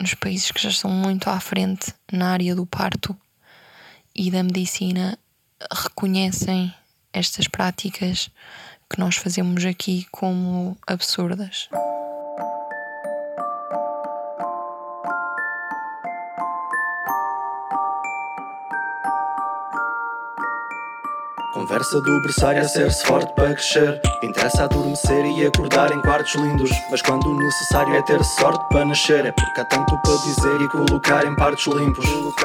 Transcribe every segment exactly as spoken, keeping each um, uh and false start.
nos países que já estão muito à frente na área do parto e da medicina reconhecem estas práticas que nós fazemos aqui como absurdas. Conversa do berçário a ser-se forte para crescer. Interessa adormecer e acordar em quartos lindos. Mas quando o necessário é ter sorte para nascer, é porque há tanto para dizer e colocar em partos limpos.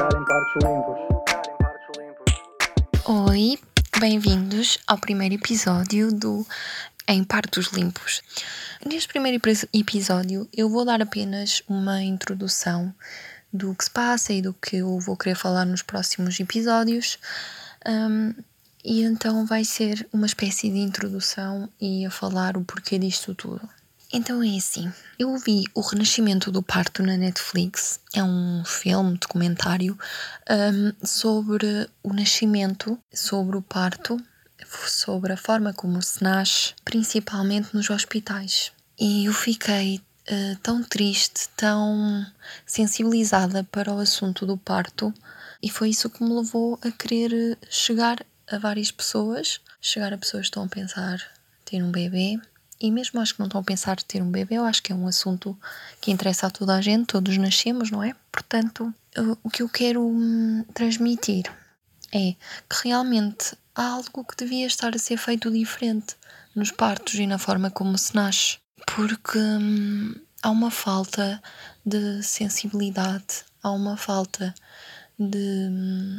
Oi, bem-vindos ao primeiro episódio do Em Partos Limpos. Neste primeiro episódio eu vou dar apenas uma introdução do que se passa e do que eu vou querer falar nos próximos episódios. Um, E então vai ser uma espécie de introdução e a falar o porquê disto tudo. Então é assim, eu vi O Renascimento do Parto na Netflix, é um filme, documentário, um, sobre o nascimento, sobre o parto, sobre a forma como se nasce, principalmente nos hospitais. E eu fiquei uh, tão triste, tão sensibilizada para o assunto do parto, e foi isso que me levou a querer chegar a várias pessoas, chegar a pessoas que estão a pensar ter um bebê, e mesmo as que não estão a pensar ter um bebê, eu acho que é um assunto que interessa a toda a gente, todos nascemos, não é? Portanto, eu, o que eu quero hum, transmitir é que realmente há algo que devia estar a ser feito diferente nos partos e na forma como se nasce, porque hum, há uma falta de sensibilidade, há uma falta de... Hum,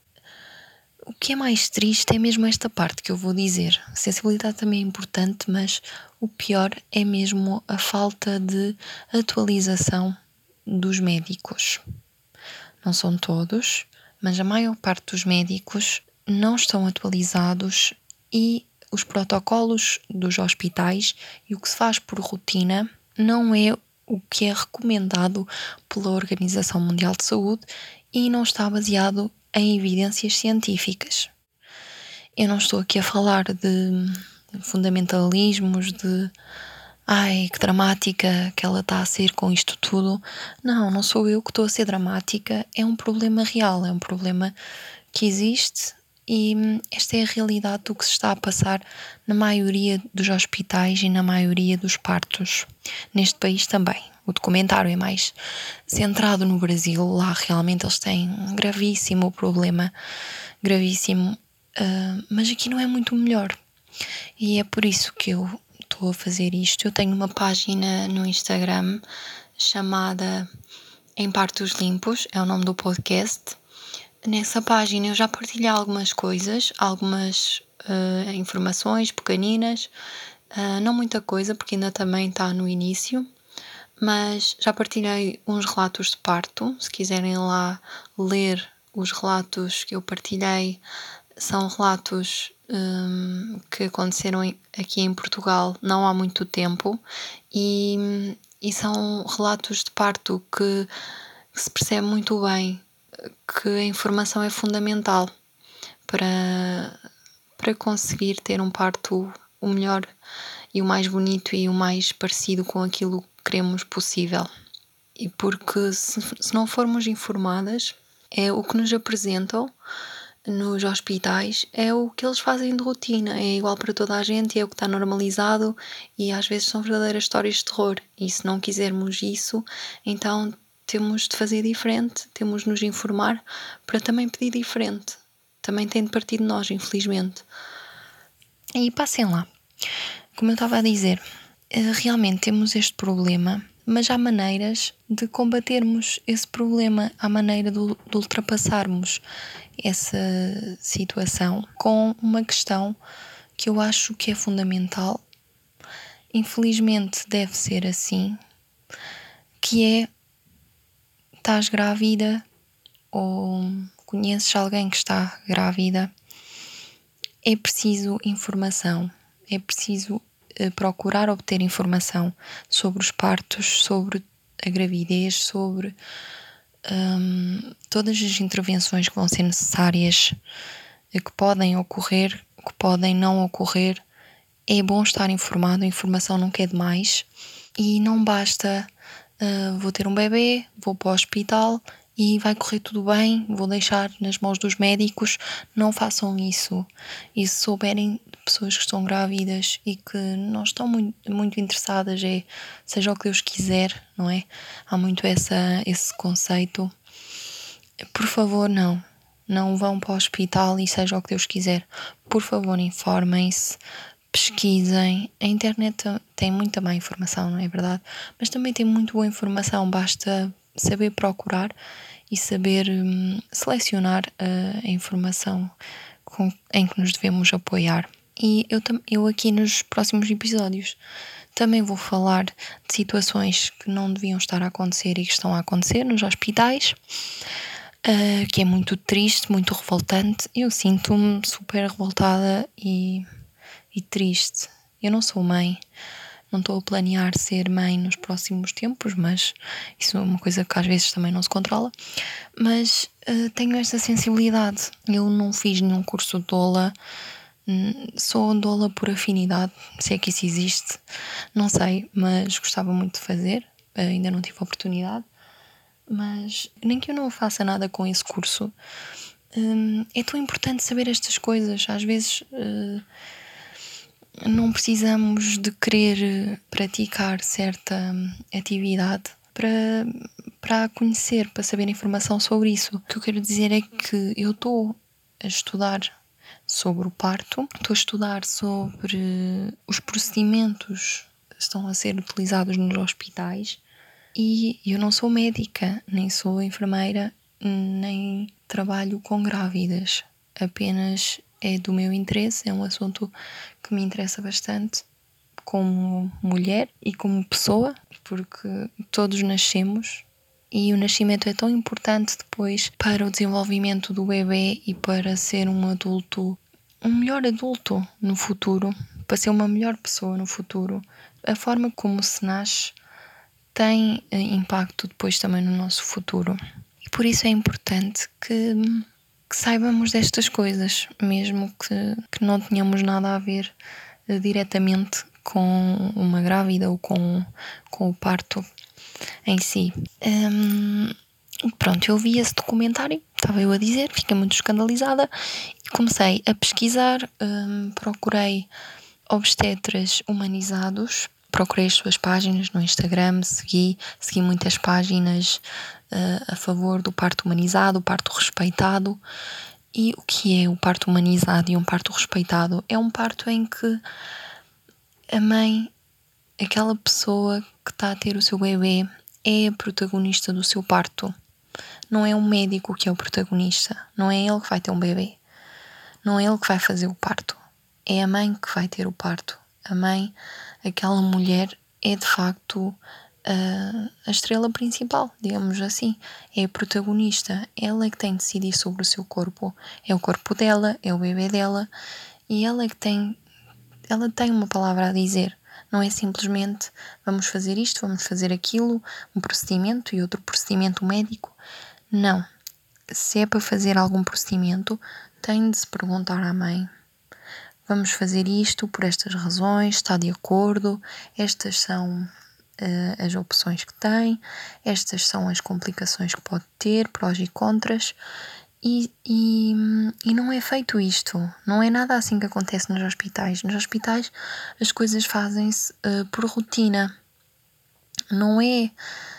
O que é mais triste é mesmo esta parte que eu vou dizer. A sensibilidade também é importante, mas o pior é mesmo a falta de atualização dos médicos. Não são todos, mas a maior parte dos médicos não estão atualizados e os protocolos dos hospitais e o que se faz por rotina não é o que é recomendado pela Organização Mundial de Saúde e não está baseado em evidências científicas. Eu não estou aqui a falar de fundamentalismos, de ai, que dramática que ela está a ser com isto tudo. Não, não sou eu que estou a ser dramática, é um problema real, é um problema que existe e esta é a realidade do que se está a passar na maioria dos hospitais e na maioria dos partos, neste país também. O documentário é mais centrado no Brasil, lá realmente eles têm um gravíssimo problema, gravíssimo, uh, mas aqui não é muito melhor. E é por isso que eu estou a fazer isto. Eu tenho uma página no Instagram chamada Em Partos Limpos, é o nome do podcast. Nessa página eu já partilhei algumas coisas, algumas uh, informações pequeninas, uh, não muita coisa porque ainda também está no início, mas já partilhei uns relatos de parto. Se quiserem lá ler os relatos que eu partilhei, são relatos um, que aconteceram aqui em Portugal não há muito tempo e, e são relatos de parto que, que se percebe muito bem que a informação é fundamental para, para conseguir ter um parto o melhor e o mais bonito e o mais parecido com aquilo que queremos possível. E porque se, se não formos informadas, é o que nos apresentam nos hospitais, é o que eles fazem de rotina, é igual para toda a gente, é o que está normalizado e às vezes são verdadeiras histórias de terror. E se não quisermos isso, então temos de fazer diferente, temos de nos informar para também pedir diferente. Também tem de partir de nós, infelizmente. E passem lá. Como eu estava a dizer, realmente temos este problema, mas há maneiras de combatermos esse problema, há maneira de, de ultrapassarmos essa situação com uma questão que eu acho que é fundamental. Infelizmente deve ser assim, que é: estás grávida ou conheces alguém que está grávida, é preciso informação, é preciso uh, procurar obter informação sobre os partos, sobre a gravidez, sobre um, todas as intervenções que vão ser necessárias, que podem ocorrer, que podem não ocorrer. É bom estar informado, a informação nunca é demais e não basta uh, vou ter um bebê, vou para o hospital e vai correr tudo bem, vou deixar nas mãos dos médicos. Não façam isso. E se souberem de pessoas que estão grávidas e que não estão muito, muito interessadas, é seja o que Deus quiser, não é? Há muito essa, esse conceito. Por favor, não. Não vão para o hospital e seja o que Deus quiser. Por favor, informem-se, pesquisem. A internet tem muita má informação, não é verdade? Mas também tem muito boa informação. Basta saber procurar e saber hum, selecionar uh, a informação com, em que nos devemos apoiar. E eu, eu aqui nos próximos episódios também vou falar de situações que não deviam estar a acontecer e que estão a acontecer nos hospitais. Uh, que é muito triste, muito revoltante. Eu sinto-me super revoltada e, e triste. Eu não sou mãe, não estou a planear ser mãe nos próximos tempos, mas isso é uma coisa que às vezes também não se controla. Mas uh, tenho esta sensibilidade. Eu não fiz nenhum curso de doula, sou doula por afinidade, se é que isso existe, não sei, mas gostava muito de fazer, uh, ainda não tive a oportunidade. Mas nem que eu não faça nada com esse curso, hum, é tão importante saber estas coisas. Às vezes uh, não precisamos de querer praticar certa atividade para, para a conhecer, para saber informação sobre isso. O que eu quero dizer é que eu estou a estudar sobre o parto, estou a estudar sobre os procedimentos que estão a ser utilizados nos hospitais. E eu não sou médica, nem sou enfermeira, nem trabalho com grávidas. Apenas é do meu interesse, é um assunto que me interessa bastante como mulher e como pessoa, porque todos nascemos e o nascimento é tão importante depois para o desenvolvimento do bebê e para ser um adulto, um melhor adulto no futuro, para ser uma melhor pessoa no futuro. A forma como se nasce tem impacto depois também no nosso futuro. E por isso é importante que, que saibamos destas coisas, mesmo que, que não tenhamos nada a ver uh, diretamente com uma grávida ou com, com o parto em si. Um, pronto, eu vi esse documentário, estava eu a dizer, fiquei muito escandalizada e comecei a pesquisar, um, procurei obstetras humanizados. Procurei as suas páginas no Instagram, segui, segui muitas páginas uh, a favor do parto humanizado, o parto respeitado. E o que é o parto humanizado e um parto respeitado? É um parto em que a mãe, aquela pessoa que está a ter o seu bebê, é a protagonista do seu parto. Não é o médico que é o protagonista, não é ele que vai ter um bebê, não é ele que vai fazer o parto, é a mãe que vai ter o parto. A mãe, aquela mulher, é de facto a, a estrela principal, digamos assim. É a protagonista. Ela é que tem de decidir sobre o seu corpo. É o corpo dela, é o bebê dela. E ela é que tem, ela tem uma palavra a dizer. Não é simplesmente vamos fazer isto, vamos fazer aquilo, um procedimento e outro procedimento médico. Não. Se é para fazer algum procedimento, tem de se perguntar à mãe: vamos fazer isto por estas razões, está de acordo, estas são uh, as opções que tem, estas são as complicações que pode ter, prós e contras, e, e, e não é feito isto, não é nada assim que acontece nos hospitais. Nos hospitais as coisas fazem-se uh, por rotina, não é,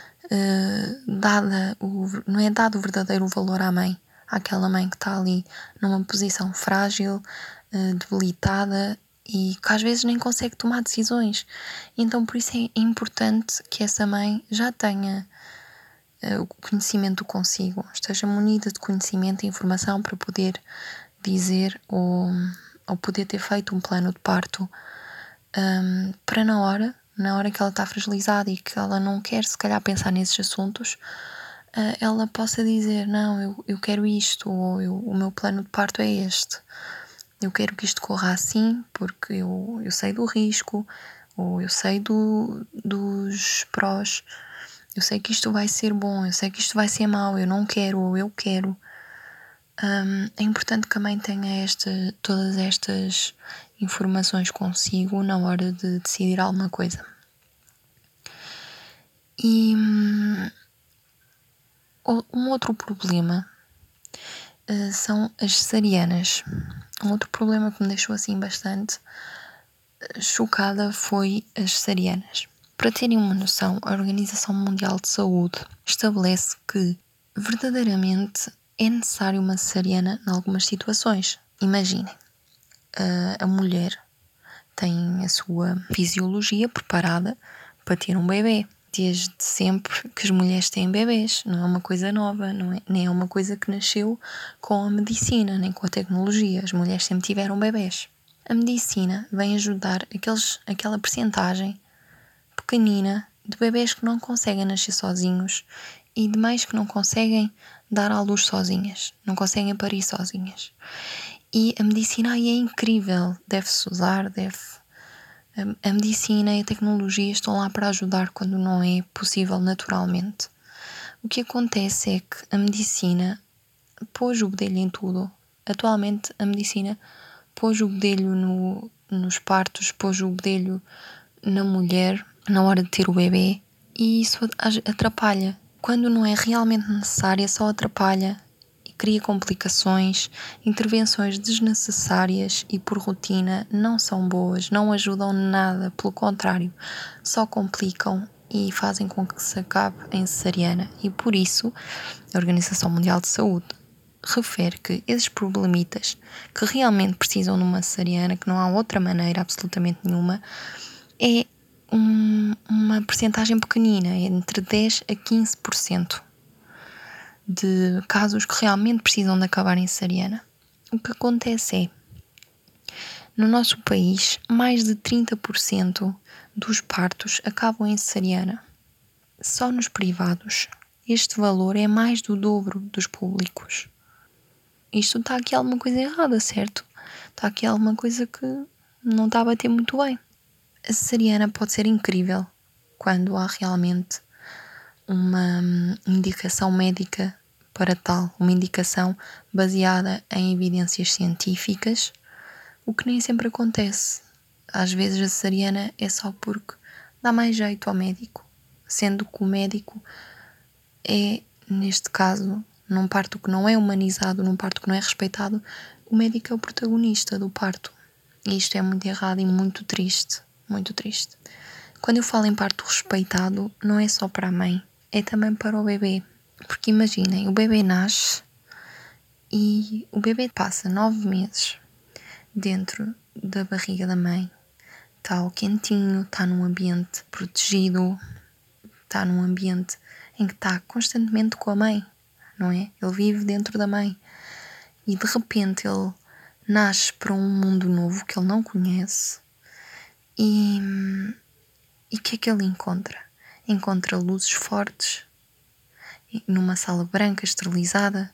uh, dada o, não é dado o verdadeiro valor à mãe, àquela mãe que está ali numa posição frágil, debilitada e que às vezes nem consegue tomar decisões. Então por isso é importante que essa mãe já tenha uh, o conhecimento consigo, esteja munida de conhecimento e informação para poder dizer ou, ou poder ter feito um plano de parto, um, para na hora, na hora que ela está fragilizada e que ela não quer se calhar pensar nesses assuntos, uh, ela possa dizer: não, eu, eu quero isto, ou eu, o meu plano de parto é este. Eu quero que isto corra assim porque eu, eu sei do risco, ou eu sei do, dos prós, eu sei que isto vai ser bom, eu sei que isto vai ser mau, eu não quero ou eu quero. Um, é importante que a mãe tenha esta, todas estas informações consigo na hora de decidir alguma coisa. E hum, um outro problema uh, são as cesarianas. Um outro problema que me deixou assim bastante chocada foi as cesarianas. Para terem uma noção, a Organização Mundial de Saúde estabelece que verdadeiramente é necessário uma cesariana em algumas situações. Imaginem, a mulher tem a sua fisiologia preparada para ter um bebê. Desde sempre que as mulheres têm bebês, não é uma coisa nova, não é, nem é uma coisa que nasceu com a medicina, nem com a tecnologia. As mulheres sempre tiveram bebês. A medicina vem ajudar aqueles, aquela percentagem pequenina de bebês que não conseguem nascer sozinhos e de mães que não conseguem dar à luz sozinhas, não conseguem parir sozinhas. E a medicina aí é incrível, deve-se usar, deve... A medicina e a tecnologia estão lá para ajudar quando não é possível naturalmente. O que acontece é que a medicina pôs o bedelho em tudo. Atualmente a medicina pôs o bedelho no, nos partos, pôs o bedelho na mulher na hora de ter o bebê e isso atrapalha. Quando não é realmente necessária, só atrapalha e cria complicações. Intervenções desnecessárias e por rotina não são boas, não ajudam nada, pelo contrário, só complicam e fazem com que se acabe em cesariana. E por isso a Organização Mundial de Saúde refere que esses problemitas que realmente precisam de uma cesariana, que não há outra maneira absolutamente nenhuma, é um, uma percentagem pequenina, entre dez a quinze por cento de casos que realmente precisam de acabar em cesariana. O que acontece é, no nosso país, mais de trinta por cento dos partos acabam em cesariana. Só nos privados, este valor é mais do dobro dos públicos. Isto está aqui alguma coisa errada, certo? Está aqui alguma coisa que não está a bater muito bem. A cesariana pode ser incrível quando há realmente uma indicação médica para tal, uma indicação baseada em evidências científicas, o que nem sempre acontece. Às vezes a cesariana é só porque dá mais jeito ao médico, sendo que o médico é, neste caso, num parto que não é humanizado, num parto que não é respeitado, o médico é o protagonista do parto. E isto é muito errado e muito triste, muito triste. Quando eu falo em parto respeitado, não é só para a mãe, é também para o bebê. Porque imaginem, o bebê nasce e o bebê passa nove meses dentro da barriga da mãe. Está ao quentinho, está num ambiente protegido, está num ambiente em que está constantemente com a mãe, não é? Ele vive dentro da mãe e de repente ele nasce para um mundo novo que ele não conhece e e o que é que ele encontra? Encontra luzes fortes numa sala branca esterilizada,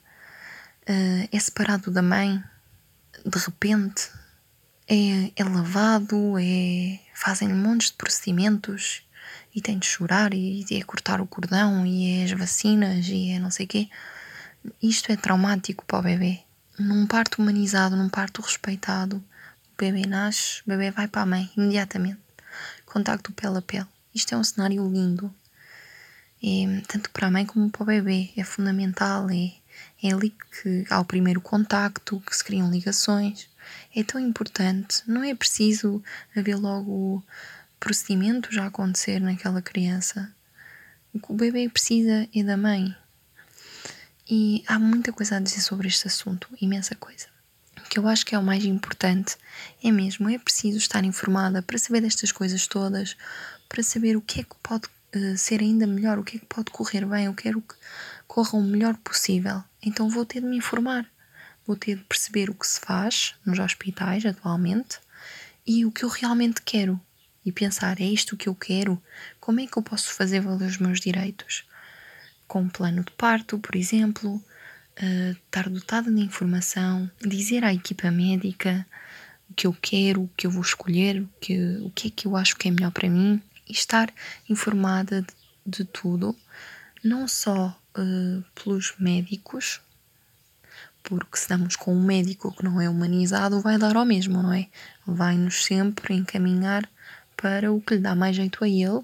é separado da mãe de repente, é, é lavado, é, fazem montes de procedimentos e tem de chorar e é cortar o cordão e é as vacinas e é não sei o quê. Isto é traumático para o bebê. Num parto humanizado, num parto respeitado, o bebê nasce, o bebê vai para a mãe imediatamente. Contacto pele a pele. Isto é um cenário lindo. É, tanto para a mãe como para o bebê. É fundamental. É, é ali que há o primeiro contacto, que se criam ligações. É tão importante. Não é preciso haver logo procedimentos a acontecer naquela criança. O que o bebê precisa é da mãe. E há muita coisa a dizer sobre este assunto. Imensa coisa. O que eu acho que é o mais importante é mesmo, é preciso estar informada para saber destas coisas todas, para saber o que é que pode uh, ser ainda melhor, o que é que pode correr bem, eu quero que corra o melhor possível. Então vou ter de me informar, vou ter de perceber o que se faz nos hospitais atualmente e o que eu realmente quero. E pensar, é isto que eu quero? Como é que eu posso fazer valer os meus direitos? Com um plano de parto, por exemplo... Uh, estar dotada de informação, dizer à equipa médica o que eu quero, o que eu vou escolher, o que, o que é que eu acho que é melhor para mim e estar informada de, de tudo, não só uh, pelos médicos, porque se damos com um médico que não é humanizado vai dar ao mesmo, não é? Vai-nos sempre encaminhar para o que lhe dá mais jeito a ele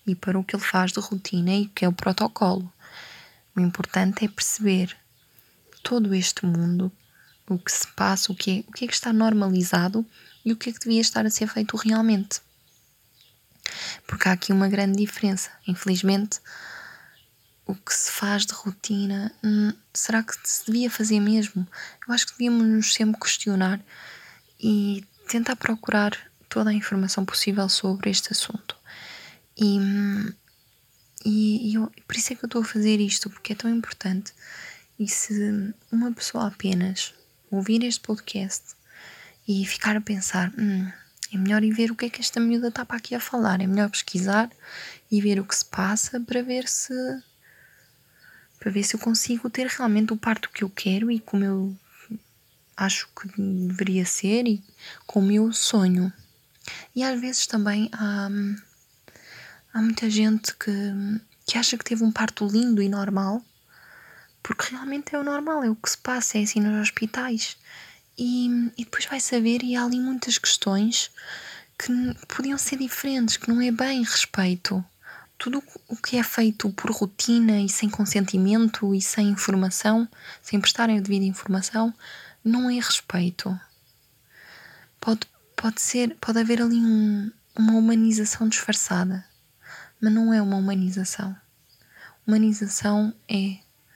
e para o que ele faz de rotina e o que é o protocolo. O importante é perceber todo este mundo, o que se passa, o que é, o que é que está normalizado e o que é que devia estar a ser feito realmente. Porque há aqui uma grande diferença. Infelizmente, o que se faz de rotina, hum, será que se devia fazer mesmo? Eu acho que devíamos nos sempre questionar e tentar procurar toda a informação possível sobre este assunto. E, e, e eu, por isso é que eu estou a fazer isto, porque é tão importante. E se uma pessoa apenas ouvir este podcast e ficar a pensar, hum, é melhor ir ver o que é que esta miúda está para aqui a falar, é melhor pesquisar e ver o que se passa para ver se para ver se eu consigo ter realmente o parto que eu quero e como eu acho que deveria ser e como eu sonho. E às vezes também há, há muita gente que, que acha que teve um parto lindo e normal, porque realmente é o normal, é o que se passa, é assim nos hospitais. E, e depois vai saber e há ali muitas questões que podiam ser diferentes, que não é bem respeito. Tudo o que é feito por rotina e sem consentimento e sem informação, sem prestarem a devida informação, não é respeito. Pode, pode ser, pode haver ali um, uma humanização disfarçada, mas não é uma humanização. Humanização é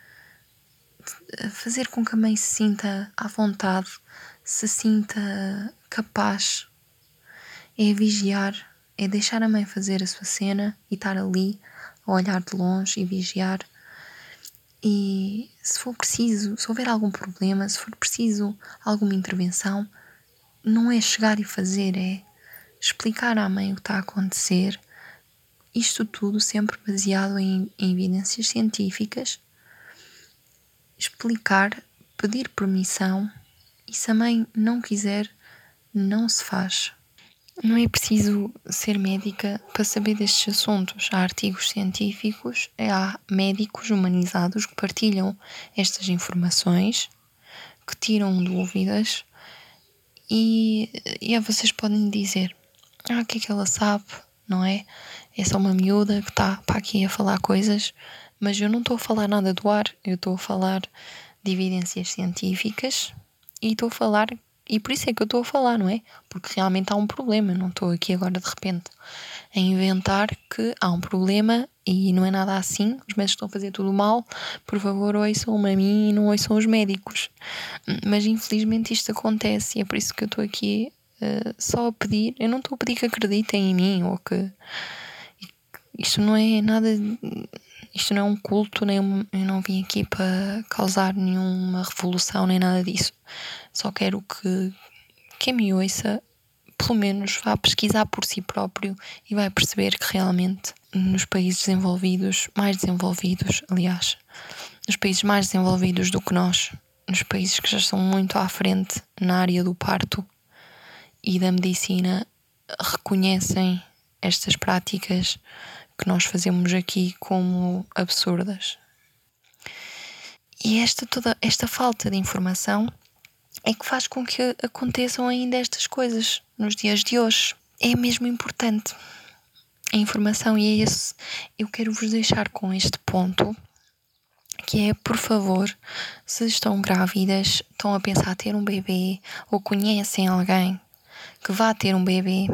fazer com que a mãe se sinta à vontade, se sinta capaz. É vigiar, é deixar a mãe fazer a sua cena e estar ali a olhar de longe e vigiar. E se for preciso, se houver algum problema, se for preciso alguma intervenção, não é chegar e fazer, é explicar à mãe o que está a acontecer. Isto tudo sempre baseado em, em evidências científicas. Explicar, pedir permissão e se a mãe não quiser, não se faz. Não é preciso ser médica para saber destes assuntos. Há artigos científicos, há médicos humanizados que partilham estas informações, que tiram dúvidas e, e vocês podem dizer, ah, o que é que ela sabe, não é? É só uma miúda que está para aqui a falar coisas, mas eu não estou a falar nada do ar, eu estou a falar de evidências científicas e estou a falar, e por isso é que eu estou a falar, não é? Porque realmente há um problema, não estou aqui agora de repente a inventar que há um problema e não é nada assim, os médicos estão a fazer tudo mal, por favor ouçam-me a mim e não ouçam os médicos. Mas infelizmente isto acontece e é por isso que eu estou aqui uh, só a pedir, eu não estou a pedir que acreditem em mim ou que isto não é nada, isto não é um culto, nem um, eu não vim aqui para causar nenhuma revolução nem nada disso. Só quero que quem me ouça pelo menos vá pesquisar por si próprio e vai perceber que realmente nos países desenvolvidos, mais desenvolvidos, aliás, nos países mais desenvolvidos do que nós, nos países que já estão muito à frente na área do parto e da medicina, reconhecem estas práticas que nós fazemos aqui como absurdas. E esta, toda esta falta de informação é que faz com que aconteçam ainda estas coisas nos dias de hoje. É mesmo importante a informação e é esse. Eu quero vos deixar com este ponto, que é, por favor, se estão grávidas, estão a pensar ter um bebê ou conhecem alguém que vá ter um bebê,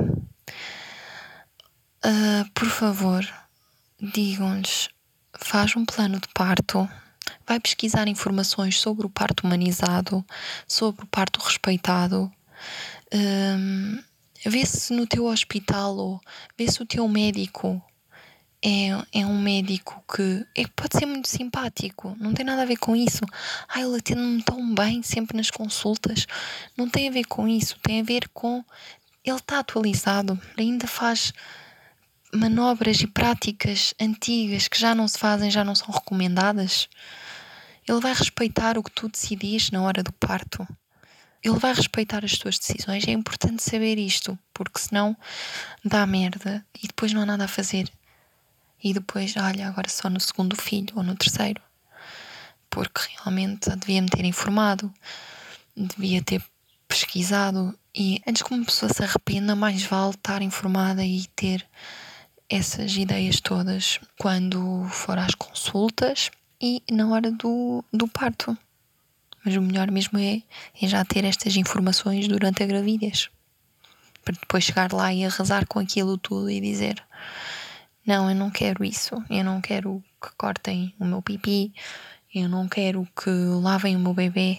uh, por favor, digam-lhes, faz um plano de parto, vai pesquisar informações sobre o parto humanizado, sobre o parto respeitado, um, vê se no teu hospital ou vê se o teu médico é, é um médico que é, pode ser muito simpático, não tem nada a ver com isso. Ah, ele atende-me tão bem sempre nas consultas. Não tem a ver com isso, tem a ver com ele está atualizado, ainda faz manobras e práticas antigas que já não se fazem, já não são recomendadas. Ele vai respeitar o que tu decidis na hora do parto. Ele vai respeitar as tuas decisões. É importante saber isto, porque senão dá merda e depois não há nada a fazer. E depois, olha, agora só no segundo filho ou no terceiro. Porque realmente devia-me ter informado, devia ter pesquisado. E antes que uma pessoa se arrependa, mais vale estar informada e ter essas ideias todas quando for às consultas e na hora do, do parto. Mas o melhor mesmo é, é já ter estas informações durante a gravidez, para depois chegar lá e arrasar com aquilo tudo e dizer: não, eu não quero isso, eu não quero que cortem o meu pipi, eu não quero que lavem o meu bebê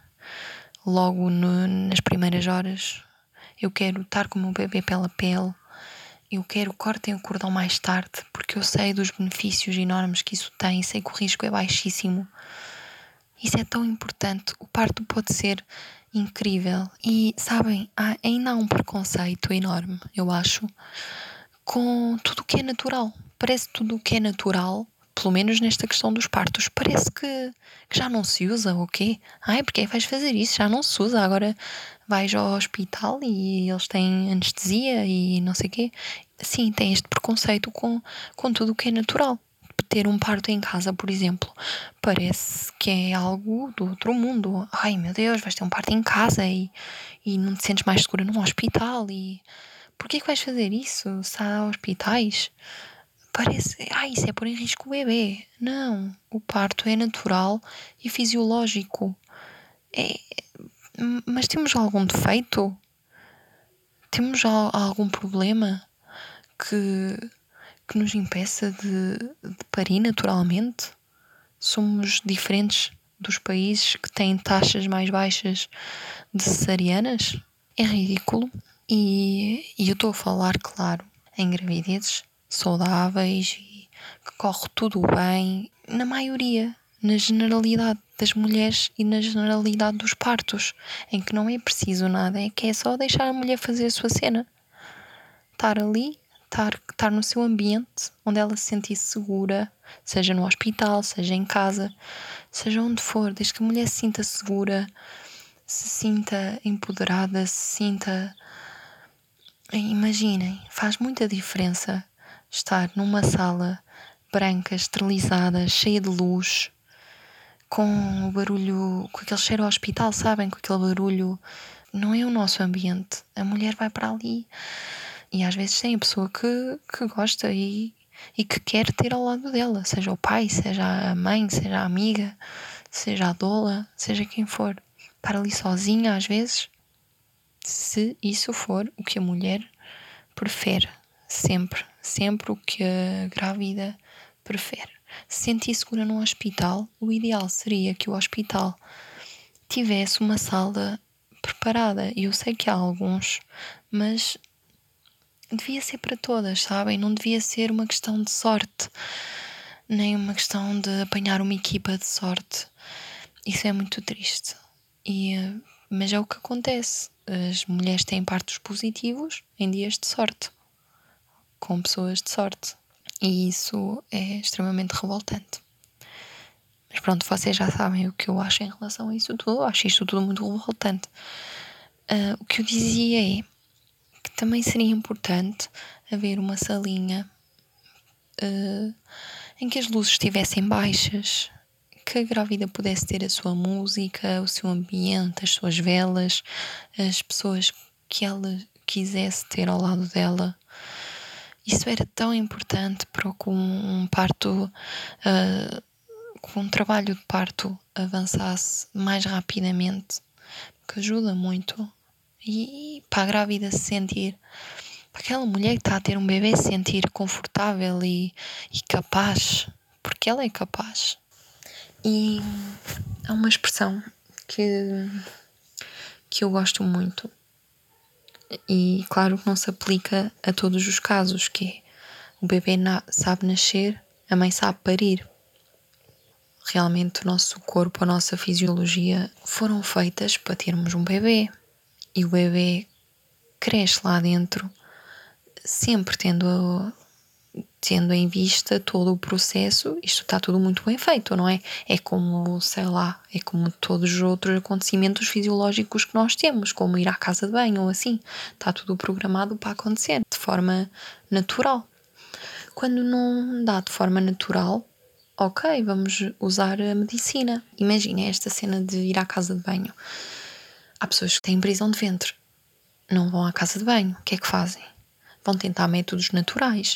logo no, nas primeiras horas, eu quero estar com o meu bebê pela pele, eu quero que cortem o cordão mais tarde, porque eu sei dos benefícios enormes que isso tem, sei que o risco é baixíssimo. Isso é tão importante. O parto pode ser incrível. E, sabem, há, ainda há um preconceito enorme, eu acho, com tudo o que é natural. Parece que tudo o que é natural, pelo menos nesta questão dos partos, parece que, que já não se usa, o quê? Ai, porque é que vais fazer isso? Já não se usa. Agora vais ao hospital e eles têm anestesia e não sei o quê. Sim, tem este preconceito com, com tudo o que é natural. Ter um parto em casa, por exemplo, parece que é algo do outro mundo. Ai, meu Deus, vais ter um parto em casa e, e não te sentes mais segura num hospital. E porquê que vais fazer isso? Se há hospitais, parece, ai, isso é pôr em risco o bebê. Não, o parto é natural e fisiológico. É, mas temos algum defeito? Temos al- algum problema que, que nos impeça de, de parir naturalmente? Somos diferentes dos países que têm taxas mais baixas de cesarianas? É ridículo. E, e eu estou a falar, claro, em gravidezes saudáveis e que corre tudo bem, na maioria, na generalidade das mulheres e na generalidade dos partos, em que não é preciso nada, é que é só deixar a mulher fazer a sua cena. Estar ali, estar, estar no seu ambiente, onde ela se sentir segura, seja no hospital, seja em casa, seja onde for, desde que a mulher se sinta segura, se sinta empoderada, se sinta... Imaginem, faz muita diferença estar numa sala branca, esterilizada, cheia de luz, com o barulho, com aquele cheiro ao hospital, sabem? Com aquele barulho. Não é o nosso ambiente. A mulher vai para ali e às vezes tem a pessoa que, que gosta e, e que quer ter ao lado dela, seja o pai, seja a mãe, seja a amiga, seja a doula, seja quem for. Para ali sozinha às vezes, se isso for o que a mulher prefere. Sempre, sempre o que a grávida prefere. Se sentir segura num hospital, o ideal seria que o hospital tivesse uma sala preparada. E eu sei que há alguns, mas devia ser para todas, sabem? Não devia ser uma questão de sorte, nem uma questão de apanhar uma equipa de sorte. Isso é muito triste. E, mas é o que acontece. As mulheres têm partos positivos em dias de sorte, com pessoas de sorte. E isso é extremamente revoltante. Mas pronto, vocês já sabem o que eu acho em relação a isso tudo. Eu acho isto tudo muito revoltante. Uh, o que eu dizia é que também seria importante haver uma salinha uh, em que as luzes estivessem baixas, que a grávida pudesse ter a sua música, o seu ambiente, as suas velas, as pessoas que ela quisesse ter ao lado dela. Isso era tão importante para que um, um parto, uh, que um trabalho de parto avançasse mais rapidamente, que ajuda muito. E, e para a grávida se sentir, para aquela mulher que está a ter um bebê se sentir confortável e, e capaz, porque ela é capaz. E há uma expressão que, que eu gosto muito, e claro que não se aplica a todos os casos, que é: o bebê na- sabe nascer, a mãe sabe parir. Realmente o nosso corpo, a nossa fisiologia foram feitas para termos um bebê, e o bebê cresce lá dentro sempre tendo, tendo em vista todo o processo. Isto está tudo muito bem feito, não é? É como, sei lá, é como todos os outros acontecimentos fisiológicos que nós temos, como ir à casa de banho ou assim. Está tudo programado para acontecer de forma natural. Quando não dá de forma natural, ok, vamos usar a medicina. Imagina esta cena de ir à casa de banho. Há pessoas que têm prisão de ventre, não vão à casa de banho. O que é que fazem? Vão tentar métodos naturais.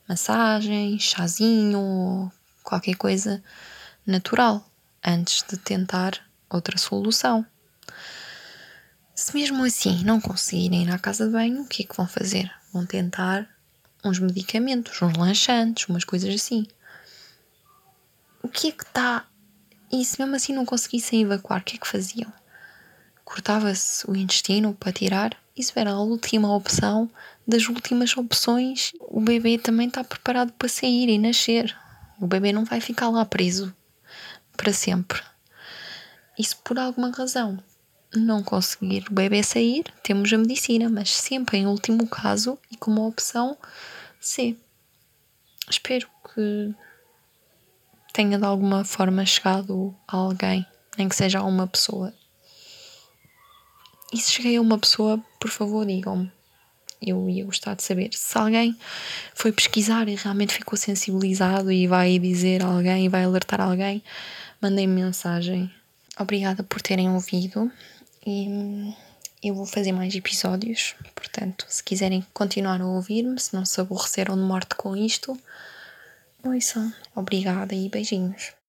massagem, chazinho, qualquer coisa natural, antes de tentar outra solução. Se mesmo assim não conseguirem ir à casa de banho, o que é que vão fazer? Vão tentar uns medicamentos, uns laxantes, umas coisas assim. O que é que está... E se mesmo assim não conseguissem evacuar, o que é que faziam? Cortava-se o intestino para tirar? Isso era a última opção das últimas opções. O bebê também está preparado para sair e nascer. O bebê não vai ficar lá preso para sempre. E se por alguma razão não conseguir o bebê sair, temos a medicina, mas sempre em último caso e como opção C. Espero que tenha de alguma forma chegado a alguém, nem que seja a uma pessoa. E se cheguei a uma pessoa, por favor, digam-me. Eu ia gostar de saber. Se alguém foi pesquisar e realmente ficou sensibilizado e vai dizer a alguém, e vai alertar alguém, mandem-me mensagem. Obrigada por terem ouvido e eu vou fazer mais episódios. Portanto, se quiserem continuar a ouvir-me, se não se aborreceram de morte com isto, ouçam. Obrigada e beijinhos.